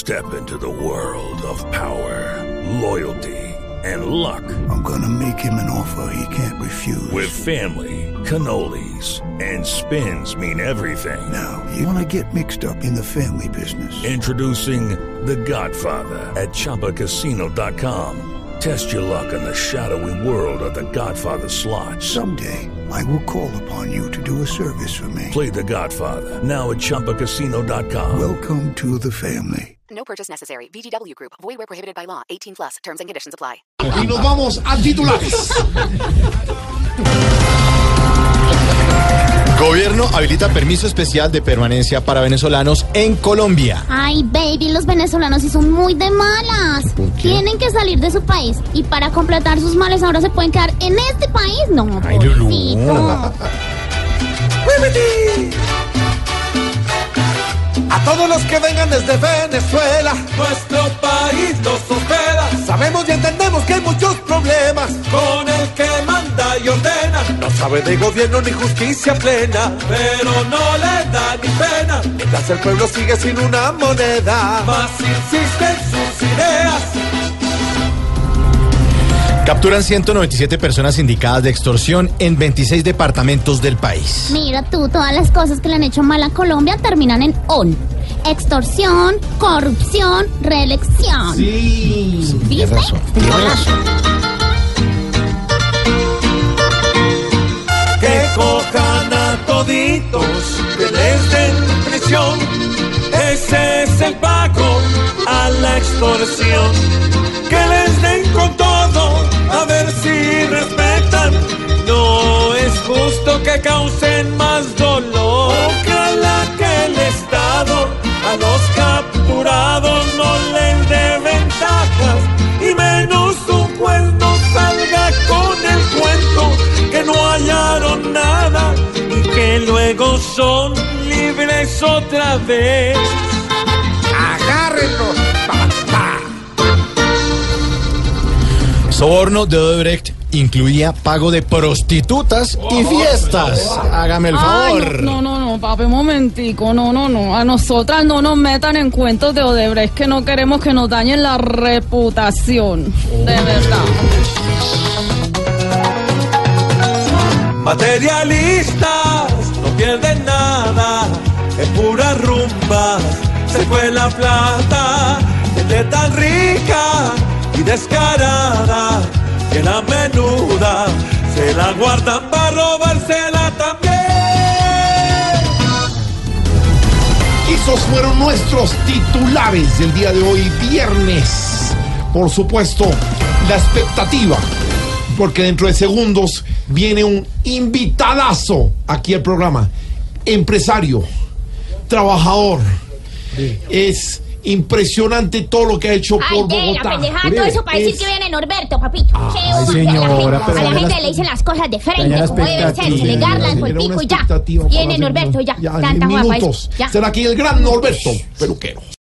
Step into the world of power, loyalty, and luck. I'm gonna make him an offer he can't refuse. With family, cannolis, and spins mean everything. Now, you wanna get mixed up in the family business. Introducing The Godfather at ChumbaCasino.com. Test your luck in the shadowy world of The Godfather slot. Someday, I will call upon you to do a service for me. Play The Godfather, now at ChumbaCasino.com. Welcome to the family. No purchase necessary. VGW Group. Void where prohibited by law. 18+. Terms and conditions apply. Y nos vamos a titulares. Gobierno habilita permiso especial de permanencia para venezolanos en Colombia. Ay, baby, los venezolanos sí son muy de malas. Tienen que salir de su país y para completar sus males ahora se pueden quedar en este país. No, Ay, Lulú. pobrecito. A todos los que vengan desde Venezuela, Nuestro país nos hospeda, sabemos y entendemos que hay muchos problemas. con el que manda y ordena, No sabe de gobierno ni justicia plena. pero no le da ni pena, Mientras el pueblo sigue sin una moneda. más insiste en sus ideas. Capturan 197 personas indicadas de extorsión en 26 departamentos del país. Mira tú, todas las cosas que le han hecho mal a Colombia terminan en ON. Extorsión, corrupción, reelección. Sí, ¿Viste? tiene razón. Que cojan a toditos, que les den prisión. Ese es el pago a la extorsión. Que les den con todo, a ver si respetan. No es justo que causen más dolor. Ojalá que el Estado a los capturados no les dé ventajas, y menos un juez no salga con el cuento que no hallaron nada y que luego son libres otra vez. Agárrenlos. Soborno de Odebrecht incluía pago de prostitutas y fiestas. Hágame el favor. Ay, no, papi, un momentico, no. A nosotras no nos metan en cuentos de Odebrecht, que no queremos que nos dañen la reputación. De verdad. Materialistas no pierden nada, es pura rumba, se fue la plata, gente tan rica y descarada, que la menuda se la guardan para robársela también. Esos fueron nuestros titulares del día de hoy, viernes. Por supuesto, la expectativa, porque dentro de segundos viene un invitadazo aquí al programa. Empresario, trabajador. Es impresionante todo lo que ha hecho por Bogotá. Todo eso para decir que viene Norberto, papito. Ay, señora, pero a la daña gente la- le dicen las cosas de frente, daña la como deben ser, expectativa. delegarlas por el Era una pico y ya. expectativa para Viene la Norberto, señora. ya. En Tanta guapa minutos. es. Ya. Será aquí el gran Norberto Peluquero.